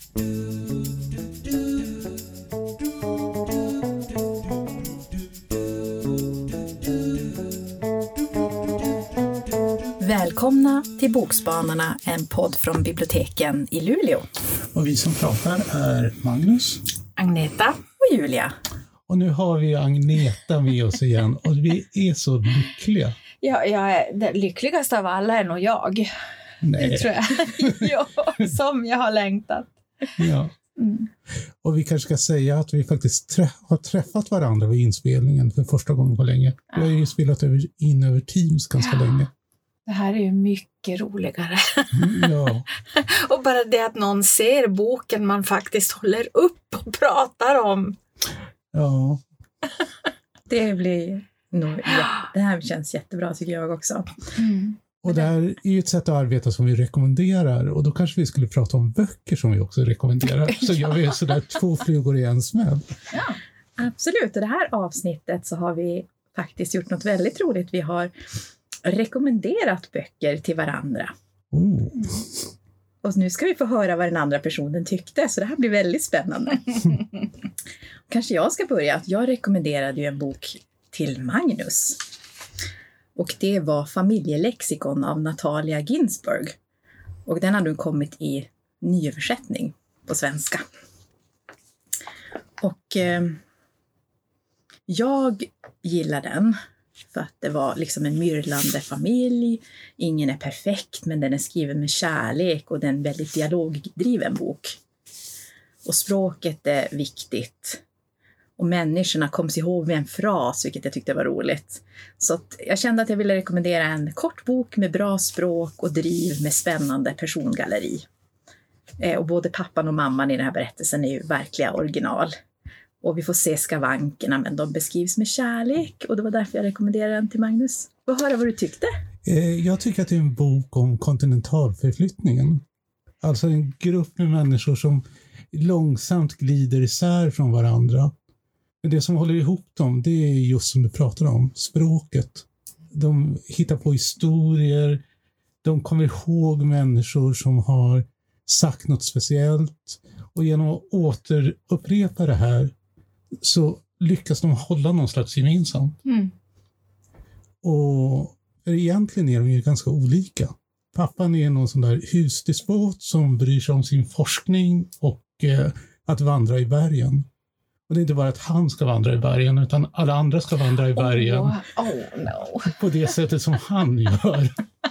Välkomna till Bokspanarna, en podd från biblioteken i Luleå. Och vi som pratar är Magnus, Agneta och Julia. Och nu har vi Agneta med oss igen och vi är så lyckliga. Ja, jag är den lyckligaste av alla är nog jag. Nej. Det tror jag. Ja, som jag har längtat. Ja. Mm. Och vi kanske ska säga att vi faktiskt har träffat varandra vid inspelningen för första gången på länge. Vi har ju spelat in över Teams ganska länge. Det här är ju mycket roligare. Ja. Och bara det att någon ser boken man faktiskt håller upp och pratar om. Ja. Det blir nog, det här känns jättebra tycker jag också. Mm. Och det här är ju ett sätt att arbeta som vi rekommenderar. Och då kanske vi skulle prata om böcker som vi också rekommenderar. Så gör vi sådär 2 flugor i en smäll. Ja, absolut. Och det här avsnittet så har vi faktiskt gjort något väldigt roligt. Vi har rekommenderat böcker till varandra. Och nu ska vi få höra vad den andra personen tyckte. Så det här blir väldigt spännande. Kanske jag ska börja. Jag rekommenderade ju en bok till Magnus. Och det var Familjelexikon av Natalia Ginsburg. Och den hade kommit i nyöversättning på svenska. Och jag gillar den. För att det var liksom en myrlande familj. Ingen är perfekt men den är skriven med kärlek. Och det är en väldigt dialogdriven bok. Och språket är viktigt. Och människorna kommer sig ihåg med en fras, vilket jag tyckte var roligt. Så att jag kände att jag ville rekommendera en kort bok med bra språk och driv med spännande persongalleri. Och både pappan och mamman i den här berättelsen är ju verkliga original. Och vi får se skavankerna, men de beskrivs med kärlek. Och det var därför jag rekommenderade den till Magnus. Vad höra vad du tyckte? Jag tycker att det är en bok om kontinentalförflyttningen. Alltså en grupp med människor som långsamt glider isär från varandra. Men det som håller ihop dem, det är just som du pratar om, språket. De hittar på historier, de kommer ihåg människor som har sagt något speciellt. Och genom att återupprepa det här så lyckas de hålla någon slags gemensamt. Mm. Och egentligen är de ju ganska olika. Pappan är någon sån där husdespot som bryr sig om sin forskning och att vandra i bergen. Och det är inte bara att han ska vandra i bergen utan alla andra ska vandra i bergen. No. På det sättet som han gör.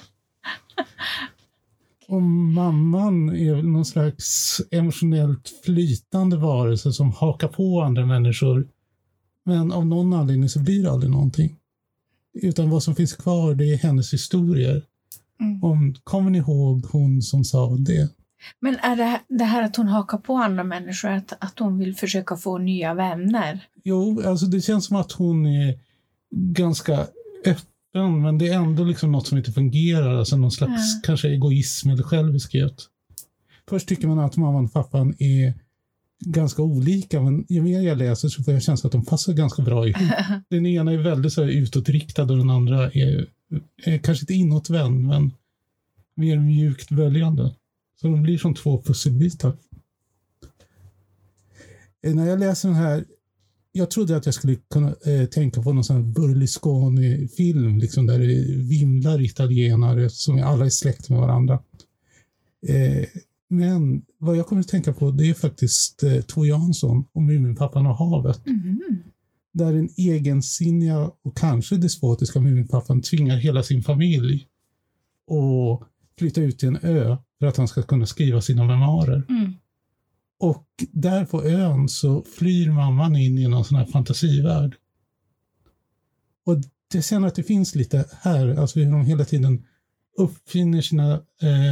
Och mamman är väl någon slags emotionellt flytande varelse som hakar på andra människor. Men av någon anledning så blir det aldrig någonting. Utan vad som finns kvar, det är hennes historier. Kommer ni ihåg hon som sa det? Men är det här att hon hakar på andra människor, att hon vill försöka få nya vänner? Jo, alltså det känns som att hon är ganska öppen, men det är ändå liksom något som inte fungerar. Alltså någon slags kanske egoism eller själviskhet. Först tycker man att mamman och pappan är ganska olika, men ju mer jag läser så får jag känsla att de passar ganska bra ihop. Den ena är väldigt så här utåtriktad och den andra är kanske inte inåtvänd, men mer mjukt väljande. Så de blir som 2 pusselbitar. När jag läser den här, jag trodde att jag skulle kunna tänka på någon sån här Berlusconi-film, liksom där det vimlar italienare som alla är släkt med varandra. Men vad jag kommer att tänka på, det är faktiskt Tove Jansson och Muminpappan och havet. Mm. Där den egensinniga och kanske despotiska Muminpappan tvingar hela sin familj och flytta ut till en ö för att han ska kunna skriva sina memoarer. Mm. Och där på ön så flyr mamman in i någon sån här fantasivärld. Och det känner att det finns lite här, alltså hur de hela tiden uppfinner sina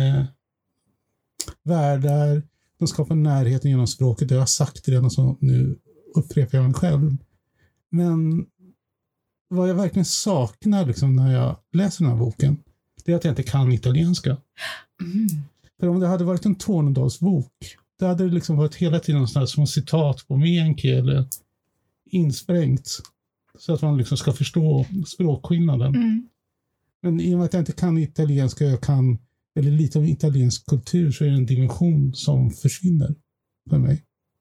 världar. De skapar närheten genom språket. Det har jag sagt redan, så nu upprepar jag mig själv. Men vad jag verkligen saknar liksom, när jag läser den här boken, det är att jag inte kan italienska. Mm. För om det hade varit en Tornedalsbok, det hade det liksom varit hela tiden sådana små citat på meänkieli insprängt. Så att man liksom ska förstå språkskillnaden. Mm. Men i och med att jag inte kan italienska, jag kan eller lite om italiensk kultur, så är det en dimension som försvinner. för mig.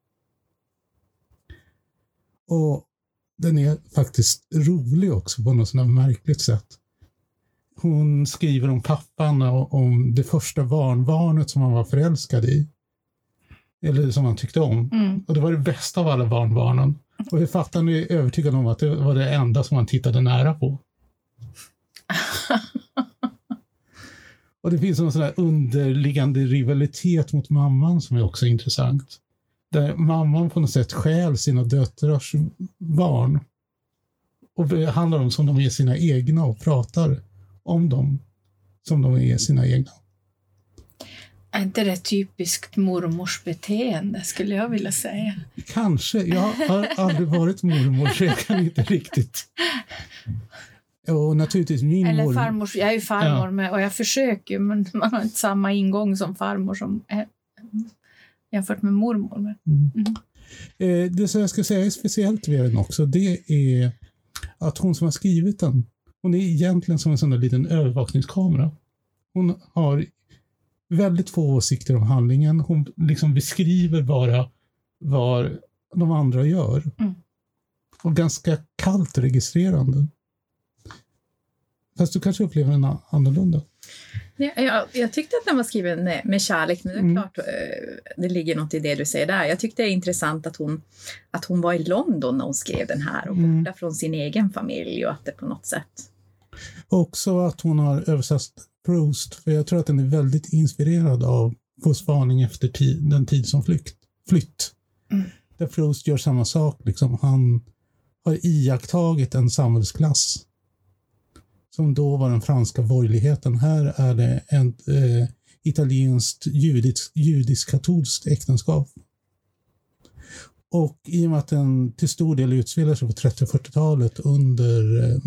Och den är faktiskt rolig också på något sådant här märkligt sätt. Hon skriver om pappan och om det första barnbarnet som han var förälskad i. Eller som han tyckte om. Och det var det bästa av alla barnbarnen. Och författaren är övertygad om att det var det enda som han tittade nära på. Och det finns en sån där underliggande rivalitet mot mamman som är också intressant. Där mamman på något sätt stjäl sina döttrars barn och behandlar dem som de är sina egna och pratar om dem som de är sina egna. Är inte det typiskt mormors beteende, skulle jag vilja säga? Kanske. Jag har aldrig varit mormor, så jag kan inte riktigt. Och naturligtvis min eller mormor. farmor. Jag är ju farmor med, och jag försöker, men man har inte samma ingång som farmor som är jämfört med mormor. Det som jag ska säga är speciellt med den också, det är att hon som har skrivit den, hon är egentligen som en sån där liten övervakningskamera. Hon har väldigt få åsikter om handlingen. Hon liksom beskriver bara vad de andra gör. Och ganska kallt registrerande. Fast du kanske upplever den annorlunda. Jag tyckte att den var skriven med kärlek, men det är klart, det ligger något i det du säger där. Jag tyckte det är intressant att hon var i London när hon skrev den här och borta från sin egen familj, och att det på något sätt. Också att hon har översatt Proust, för jag tror att den är väldigt inspirerad av På spaning efter den tid som flytt. Där Proust gör samma sak. Liksom. Han har iakttagit en samhällsklass som då var den franska borgerligheten. Här är det ett italienskt judisk-katolskt äktenskap. Och i och med att den till stor del utspelar sig på 30- och 40-talet under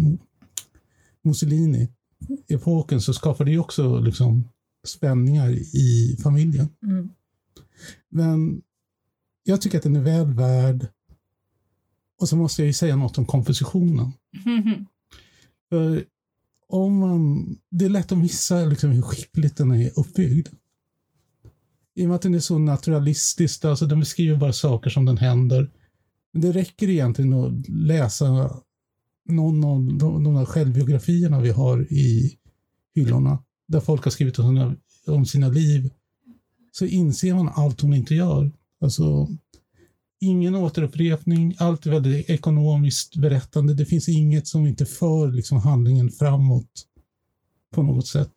Mussolini-epoken, så skapar det ju också liksom spänningar i familjen. Men jag tycker att den är väl värd. Och så måste jag ju säga något om kompositionen. För det är lätt att missa liksom hur skickligt den är uppbyggd. I och med att den är så naturalistisk, alltså den beskriver bara saker som den händer. Men det räcker egentligen att läsa någon av de här självbiografierna vi har i hyllorna, där folk har skrivit om sina liv, så inser man allt hon inte gör. Alltså, ingen återupprepning, allt är väldigt ekonomiskt berättande. Det finns inget som inte för liksom handlingen framåt på något sätt.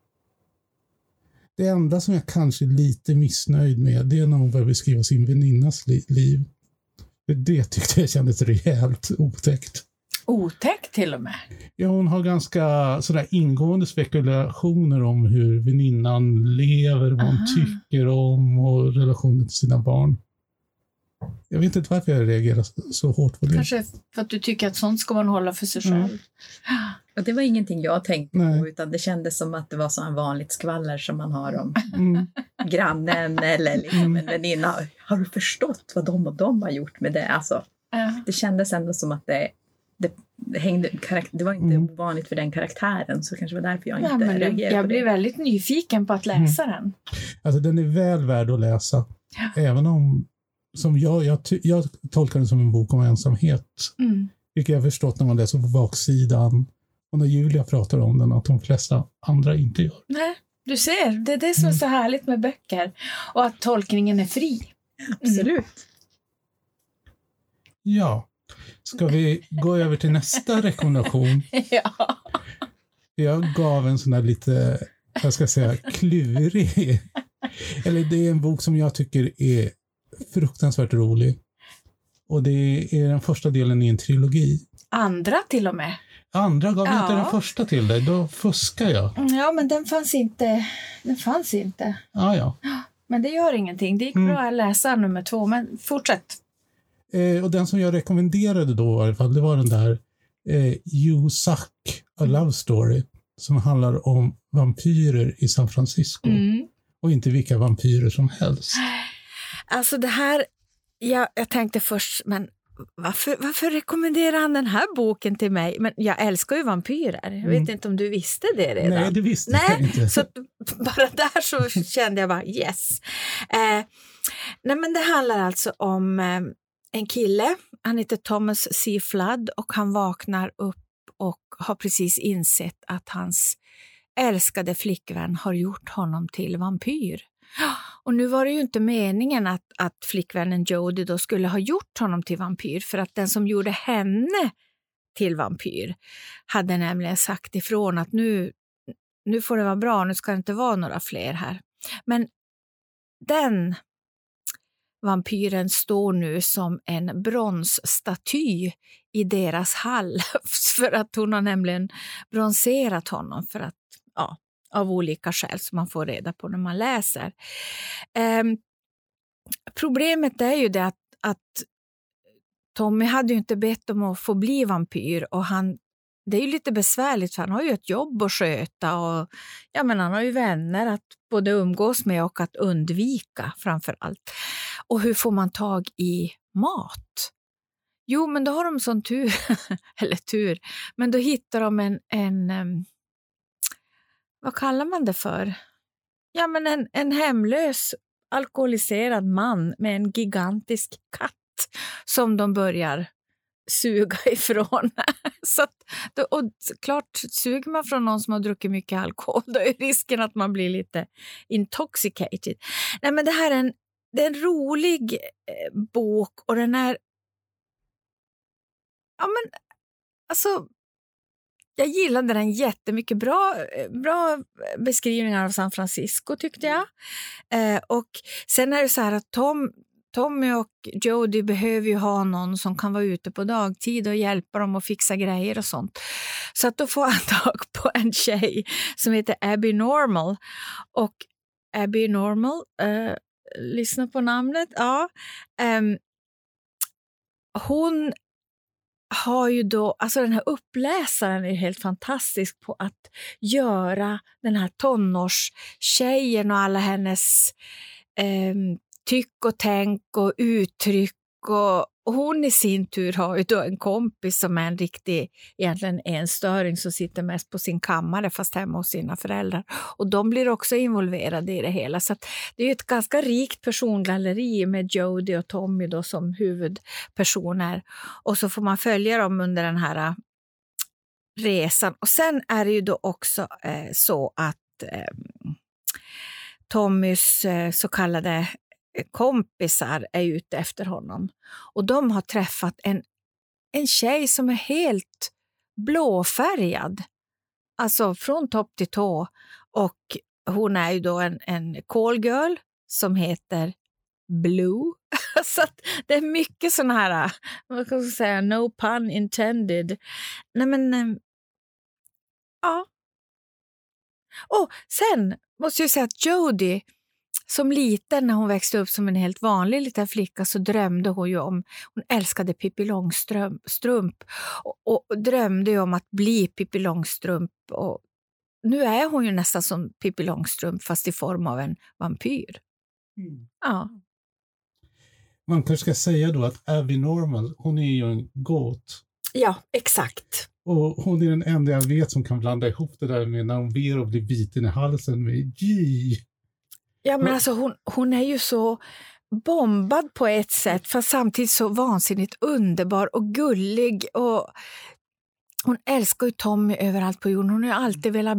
Det enda som jag kanske är lite missnöjd med, det är när hon börjar beskriva sin väninnas liv. Det tyckte jag kändes rejält otäckt. Otäckt till och med? Ja, hon har ganska sådär ingående spekulationer om hur väninnan lever, vad hon tycker om och relationen till sina barn. Jag vet inte varför jag reagerar så hårt på det. Kanske för att du tycker att sånt ska man hålla för sig själv. Och det var ingenting jag tänkte på, utan det kändes som att det var så en vanligt skvaller som man har om grannen eller liksom en väninna. Har du förstått vad de och de har gjort med det? Alltså, det kändes ändå som att det var inte ovanligt för den karaktären, så kanske var därför jag inte reagerade. Jag blev väldigt nyfiken på att läsa den. Alltså den är väl värd att läsa. Även om, som jag tolkar den som en bok om ensamhet. Vilket jag har förstått när man läser på baksidan. Och när Julia pratar om den, att de flesta andra inte gör. Nej, du ser. Det är det som är så härligt med böcker. Och att tolkningen är fri. Absolut. Ja. Ska vi gå över till nästa rekommendation? Ja. Jag gav en sån här lite, jag ska säga, klurig. Eller det är en bok som jag tycker är fruktansvärt rolig. Och det är den första delen i en trilogi. Andra till och med. Andra gav inte den första till dig, då fuskar jag. Ja, men den fanns inte. Ja. Men det gör ingenting. Det gick bra att läsa nummer 2, men fortsätt. Och den som jag rekommenderade då i alla fall, det var den där You Suck, A Love Story, som handlar om vampyrer i San Francisco. Och inte vilka vampyrer som helst. Alltså det här, jag tänkte först, men varför rekommenderar han den här boken till mig? Men jag älskar ju vampyrer. Jag vet inte om du visste det redan. Nej, det visste jag inte. Så bara där så kände jag bara yes. Nej, men det handlar alltså om en kille. Han heter Thomas C. Flood och han vaknar upp och har precis insett att hans älskade flickvän har gjort honom till vampyr. Och nu var det ju inte meningen att flickvännen Jodie då skulle ha gjort honom till vampyr, för att den som gjorde henne till vampyr hade nämligen sagt ifrån att nu får det vara bra, nu ska det inte vara några fler här. Men den vampyren står nu som en bronsstaty i deras hall för att hon har nämligen bronserat honom för att, ja, av olika skäl som man får reda på när man läser. Problemet är ju det att Tommy hade ju inte bett om att få bli vampyr och det är ju lite besvärligt för han har ju ett jobb att sköta och ja, men han har ju vänner att både umgås med och att undvika framför allt. Och hur får man tag i mat? Jo, men då har de sån tur, eller tur, men då hittar de en vad kallar man det för? Ja, men en hemlös alkoholiserad man med en gigantisk katt som de börjar suga ifrån. Så att, och klart, suger man från någon som har druckit mycket alkohol, då är risken att man blir lite intoxicated. Nej, men det här är en rolig bok och den är, ja men alltså, jag gillade den jättemycket. Bra beskrivningar av San Francisco tyckte jag. Och sen är det så här att Tommy och Jodie behöver ju ha någon som kan vara ute på dagtid och hjälpa dem att fixa grejer och sånt. Så att då får han tag på en tjej som heter Abby Normal. Och Abby Normal, lyssna på namnet, ja. Hon har ju då, alltså den här uppläsaren är helt fantastisk på att göra den här tonårstjejen och alla hennes tyck och tänk och uttryck och hon i sin tur har ju då en kompis som är en riktig, egentligen enstöring som sitter mest på sin kammare fast hemma hos sina föräldrar. Och de blir också involverade i det hela. Så att det är ju ett ganska rikt persongalleri med Jodie och Tommy då som huvudpersoner. Och så får man följa dem under den här resan. Och sen är det ju då också så att Tommys så kallade kompisar är ute efter honom. Och de har träffat en tjej som är helt blåfärgad. Alltså från topp till tå. Och hon är ju då en callgirl som heter Blue. Så att det är mycket sådana här, vad kan jag säga, no pun intended. Nej men, ja. Och sen måste jag säga att Jodie, som liten när hon växte upp som en helt vanlig liten flicka, så drömde hon ju om, hon älskade Pippi Långstrump och drömde ju om att bli Pippi Långstrump. Och nu är hon ju nästan som Pippi Långstrump fast i form av en vampyr. Mm. Ja. Man kanske ska säga då att Abby Normal, hon är ju en gåt. Ja, exakt. Och hon är den enda jag vet som kan blanda ihop det där med när hon ber och blir biten i halsen med G. Ja, men alltså hon är ju så bombad på ett sätt, fast samtidigt så vansinnigt underbar och gullig. Och hon älskar ju Tommy överallt på jorden. Hon har ju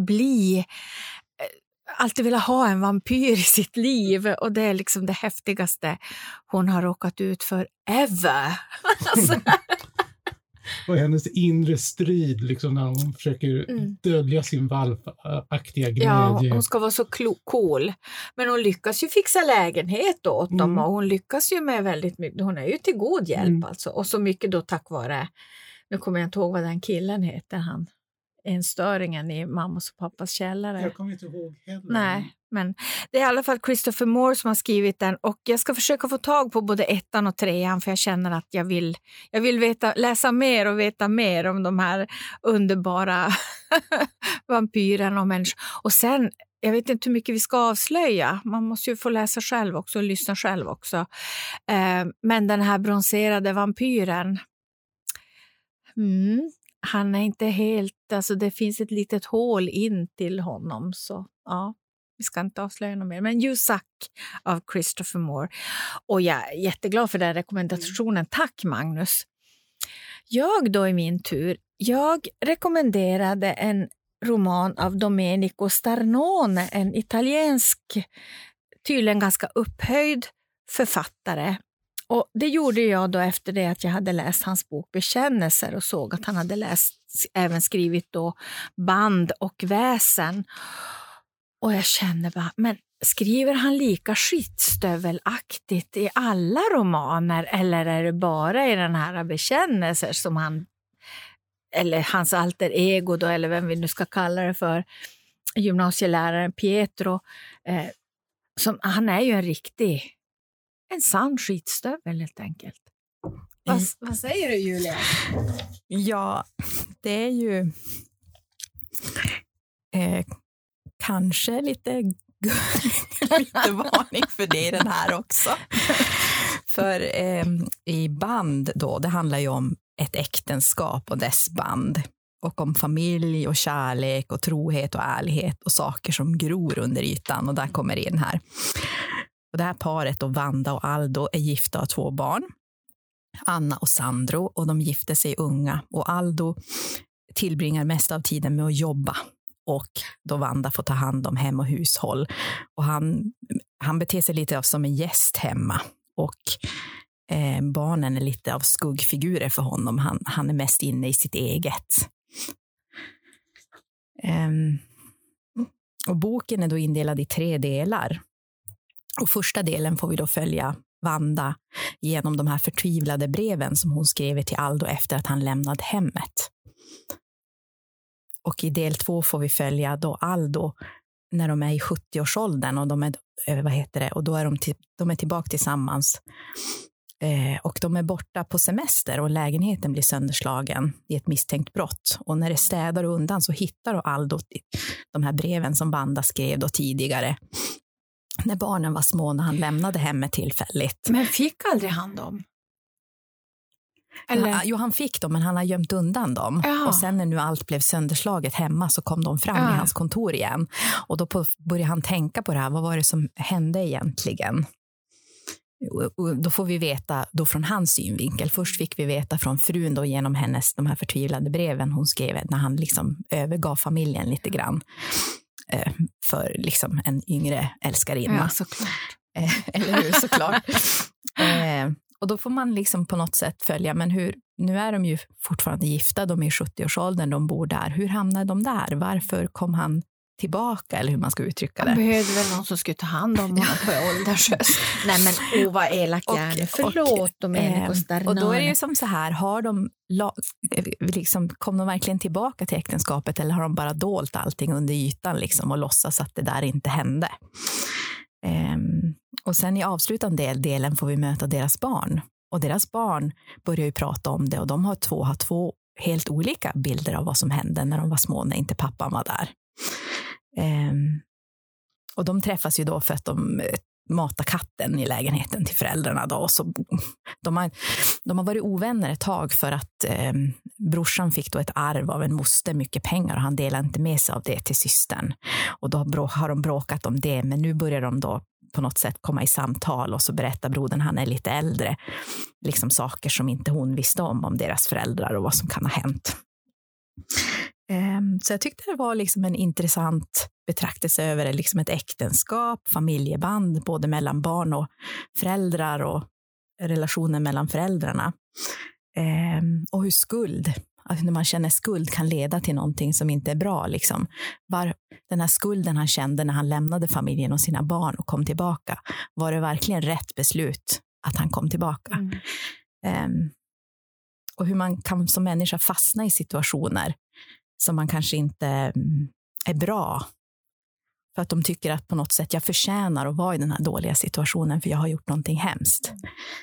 alltid velat ha en vampyr i sitt liv. Och det är liksom det häftigaste hon har råkat ut för ever. Alltså. Och hennes inre strid liksom, när hon försöker dölja sin valpaktiga glädje. Ja, hon ska vara så cool. Men hon lyckas ju fixa lägenhet åt dem och hon lyckas ju med väldigt mycket. Hon är ju till god hjälp alltså. Och så mycket då tack vare, nu kommer jag inte ihåg vad den killen heter, han enstöringen i mammas och pappas källare. Jag kommer inte ihåg heller. Nej, men det är i alla fall Christopher Moore som har skrivit den och jag ska försöka få tag på både 1:an och 3:an för jag känner att jag vill läsa mer och veta mer om de här underbara vampyrerna och människor. Och sen jag vet inte hur mycket vi ska avslöja. Man måste ju få läsa själv också och lyssna själv också. Men den här bronserade vampyren, han är inte helt, alltså det finns ett litet hål in till honom, så ja, vi ska inte avslöja något mer. Men You Suck av Christopher Moore. Och jag är jätteglad för den rekommendationen. Tack Magnus. Jag då i min tur, jag rekommenderade en roman av Domenico Starnone, en italiensk, tydligen ganska upphöjd författare. Och det gjorde jag då efter det att jag hade läst hans bok Bekännelser och såg att han hade även skrivit då Band och väsen. Och jag kände bara, men skriver han lika skitstövelaktigt i alla romaner, eller är det bara i den här Bekännelser som han, eller hans alter ego då, eller vem vi nu ska kalla det för, gymnasieläraren Pietro, som, han är ju en sann skitstövel helt enkelt. Vad säger du, Julia? Ja, det är ju kanske lite varning för det i den här också. För i Band då, det handlar ju om ett äktenskap och dess band. Och om familj och kärlek och trohet och ärlighet och saker som gror under ytan. Och där kommer det in här. Och det här paret då, Wanda och Aldo, är gifta av 2 barn. Anna och Sandro, och de gifte sig unga. Och Aldo tillbringar mest av tiden med att jobba. Och då Wanda får ta hand om hem och hushåll. Och han beter sig lite som en gäst hemma. Och barnen är lite av skuggfigurer för honom. Han är mest inne i sitt eget. Och boken är då indelad i 3 delar. Och första delen får vi då följa Wanda genom de här förtvivlade breven som hon skrev till Aldo efter att han lämnade hemmet. Och i del 2 får vi följa då Aldo när de är i 70-årsåldern och de är, och då är de är tillbaka tillsammans. Och de är borta på semester och lägenheten blir sönderslagen i ett misstänkt brott. Och när det städar undan så hittar Aldo de här breven som Wanda skrev då tidigare. När barnen var små, när han lämnade hemmet tillfälligt. Men fick aldrig han dem? Eller? Jo, han fick dem, men han har gömt undan dem. Jaha. Och sen när nu allt blev sönderslaget hemma så kom de fram i hans kontor igen. Och då började han tänka på det här. Vad var det som hände egentligen? Och då får vi veta då från hans synvinkel. Först fick vi veta från frun då genom hennes, de här förtvivlade breven hon skrev när han liksom övergav familjen lite grann. För liksom en yngre älskarinna. Ja, såklart. Eller hur, såklart. Och då får man liksom på något sätt följa, men nu är de ju fortfarande gifta, de är i 70-årsåldern, de bor där. Hur hamnar de där? Varför kom han tillbaka, eller hur man ska uttrycka det? Han behövde väl någon som skulle ta hand om honom på åldershöst. Nej men, vad elak jag är. Förlåt, Domenico Starnone. Och då är det ju som så här, kom de verkligen tillbaka till äktenskapet, eller har de bara dolt allting under ytan liksom, och låtsas att det där inte hände? Och sen i avslutande delen får vi möta deras barn. Och deras barn börjar ju prata om det, och de har två helt olika bilder av vad som hände när de var små, när inte pappan var där. Och de träffas ju då för att de matar katten i lägenheten till föräldrarna då. Och så, de har varit ovänner ett tag för att brorsan fick då ett arv av en moster, mycket pengar, och han delade inte med sig av det till systern. Och då har de bråkat om det, men nu börjar de då på något sätt komma i samtal, och så berättar brodern, han är lite äldre, liksom saker som inte hon visste om deras föräldrar och vad som kan ha hänt. Så jag tyckte det var liksom en intressant betraktelse över det, liksom ett äktenskap, familjeband, både mellan barn och föräldrar och relationen mellan föräldrarna. Och hur skuld, alltså när man känner skuld, kan leda till någonting som inte är bra. Liksom. Den här skulden han kände när han lämnade familjen och sina barn och kom tillbaka, var det verkligen rätt beslut att han kom tillbaka? Och hur man kan som människa fastna i situationer som man kanske inte är bra. För att de tycker att på något sätt jag förtjänar att vara i den här dåliga situationen för jag har gjort någonting hemskt.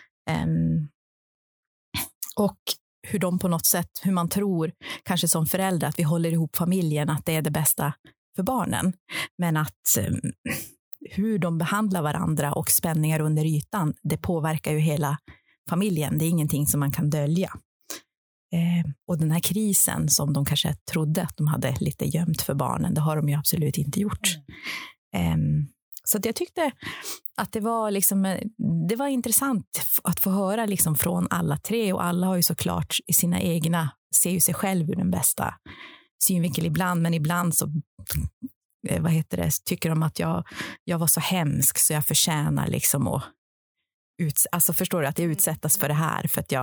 Och hur de på något sätt, hur man tror kanske som förälder att vi håller ihop familjen, att det är det bästa för barnen. Men att hur de behandlar varandra och spänningar under ytan, det påverkar ju hela familjen. Det är ingenting som man kan dölja. Och den här krisen som de kanske trodde att de hade lite gömt för barnen, det har de ju absolut inte gjort. Så att jag tyckte att det var intressant att få höra liksom från alla tre, och alla har ju såklart i sina egna, ser ju sig själv ur den bästa synvinkel ibland, men ibland så tycker de att jag var så hemsk så jag förtjänar liksom att alltså förstår du, att jag utsättas för det här för att jag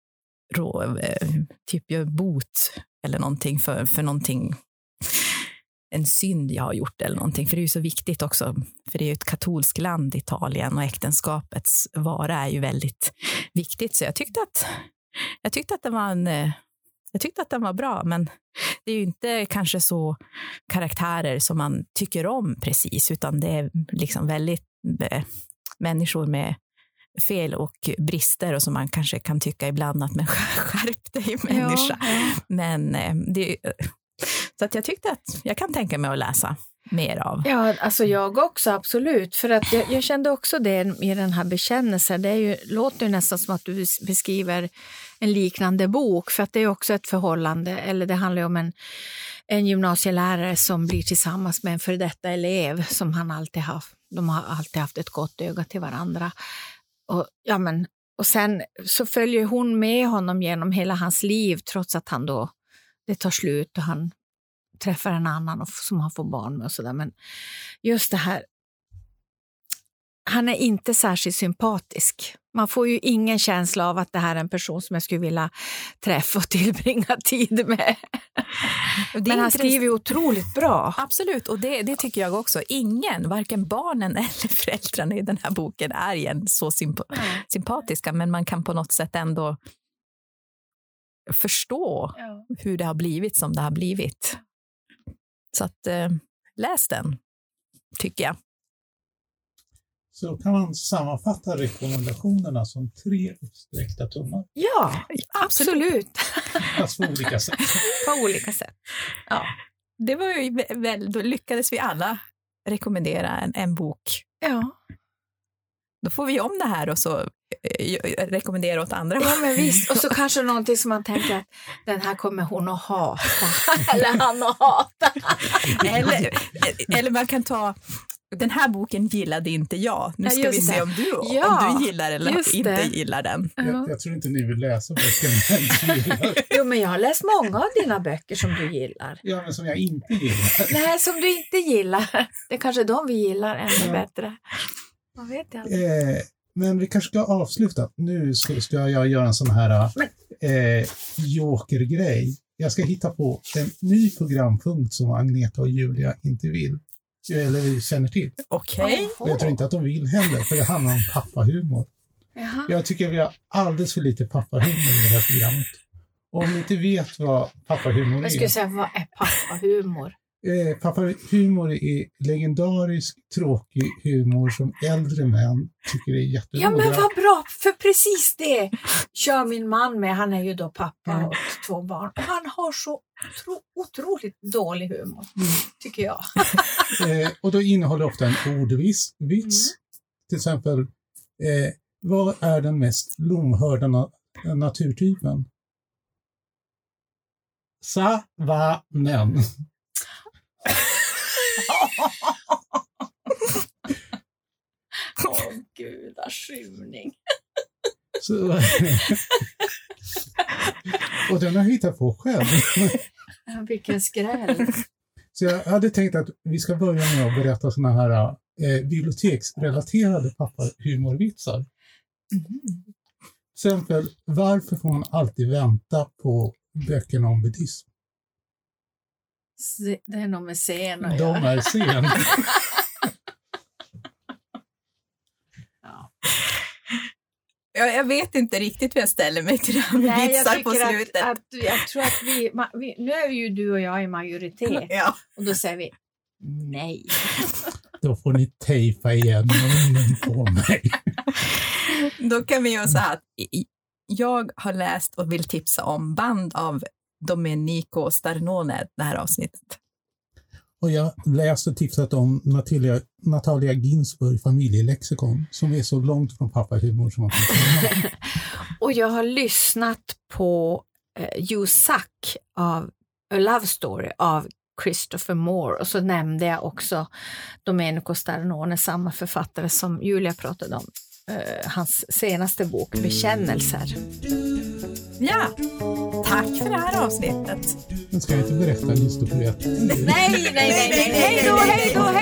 typ gör bot eller någonting för någonting, en synd jag har gjort eller någonting, för det är ju så viktigt också, för det är ju ett katolskt land, Italien, och äktenskapets vara är ju väldigt viktigt, så jag tyckte att den var bra, men det är ju inte kanske så karaktärer som man tycker om precis, utan det är liksom väldigt människor med fel och brister, och som man kanske kan tycka ibland att man skärp dig människa. Ja. Men så att jag tyckte att jag kan tänka mig att läsa mer av. Ja, alltså jag också, absolut. För att jag kände också det i den här bekännelsen. Det låter ju nästan som att du beskriver en liknande bok. För att det är också ett förhållande, eller det handlar ju om en gymnasielärare som blir tillsammans med en före detta elev som han alltid haft. De har alltid haft ett gott öga till varandra. Och sen så följer hon med honom genom hela hans liv, trots att han då, det tar slut och han träffar en annan som han får barn med och sådär. Men just det här, han är inte särskilt sympatisk. Man får ju ingen känsla av att det här är en person som jag skulle vilja träffa och tillbringa tid med. Men han skriver ju otroligt bra. Absolut, och det tycker jag också. Ingen, varken barnen eller föräldrarna i den här boken är igen så sympatiska, men man kan på något sätt ändå förstå hur det har blivit som det har blivit. Så att läs den, tycker jag. Så kan man sammanfatta rekommendationerna som 3 uppsträckta tummar. Ja, absolut. Fast på olika sätt. På olika sätt. Ja. Det var ju väl, då lyckades vi alla rekommendera en bok. Ja. Då får vi om det här och så rekommendera åt andra. Ja, men visst. Och så kanske någonting som man tänker att den här kommer hon att hata. Eller han att hata. eller man kan ta, den här boken gillade inte jag. Nu ska vi se om du gillar eller inte gillar den. Jag tror inte ni vill läsa böcker. Jo, men jag har läst många av dina böcker som du gillar. Ja, men som jag inte gillar. Nej, som du inte gillar. Det är kanske de vi gillar ännu bättre. Man vet jag. Men vi kanske ska avsluta. Nu ska jag göra en sån här jokergrej. Jag ska hitta på en ny programpunkt som Agneta och Julia inte vill. Eller känner till. Okej. Jag tror inte att de vill heller, för det handlar om pappahumor. Jaha. Jag tycker vi har alldeles för lite pappahumor i det här programmet. Och om ni inte vet vad pappahumor är. Jag skulle säga, vad är pappahumor? Pappahumor är legendarisk, tråkig humor som äldre män tycker är jätteroligt. Ja, men vad bra, för precis det kör min man med. Han är ju då pappa och 2 barn. Och han har så otroligt dålig humor, tycker jag. Och då innehåller ofta en ordvits. Till exempel, vad är den mest lomhörda naturtypen? Savannen. Åh, gudasskymning. Och den har jag hittat på själv. Vilken skräll. Så jag hade tänkt att vi ska börja med att berätta såna här biblioteksrelaterade pappahumorvitsar. Till exempel, varför får man alltid vänta på böckerna om buddhism? Det är nog med scen att De är sen. Jag vet inte riktigt hur jag ställer mig till det här med vitsar på slutet. Jag tror att vi nu är ju du och jag i majoritet. Ja. Och då säger vi nej. Då får ni tejpa igen munnen på mig. Då kan vi göra så här att jag har läst och vill tipsa om Band av Domenico Starnone, det här avsnittet. Och jag läste och tipsat om Natalia Ginsburg familjelexikon som är så långt från pappahumor som man kan komma. Och jag har lyssnat på You Suck av A Love Story av Christopher Moore, och så nämnde jag också Domenico Starnone, samma författare som Julia pratade om, hans senaste bok Bekännelser. Ja, tack för det här avsnittet. Men ska jag inte berätta en historia? Nej, hej då.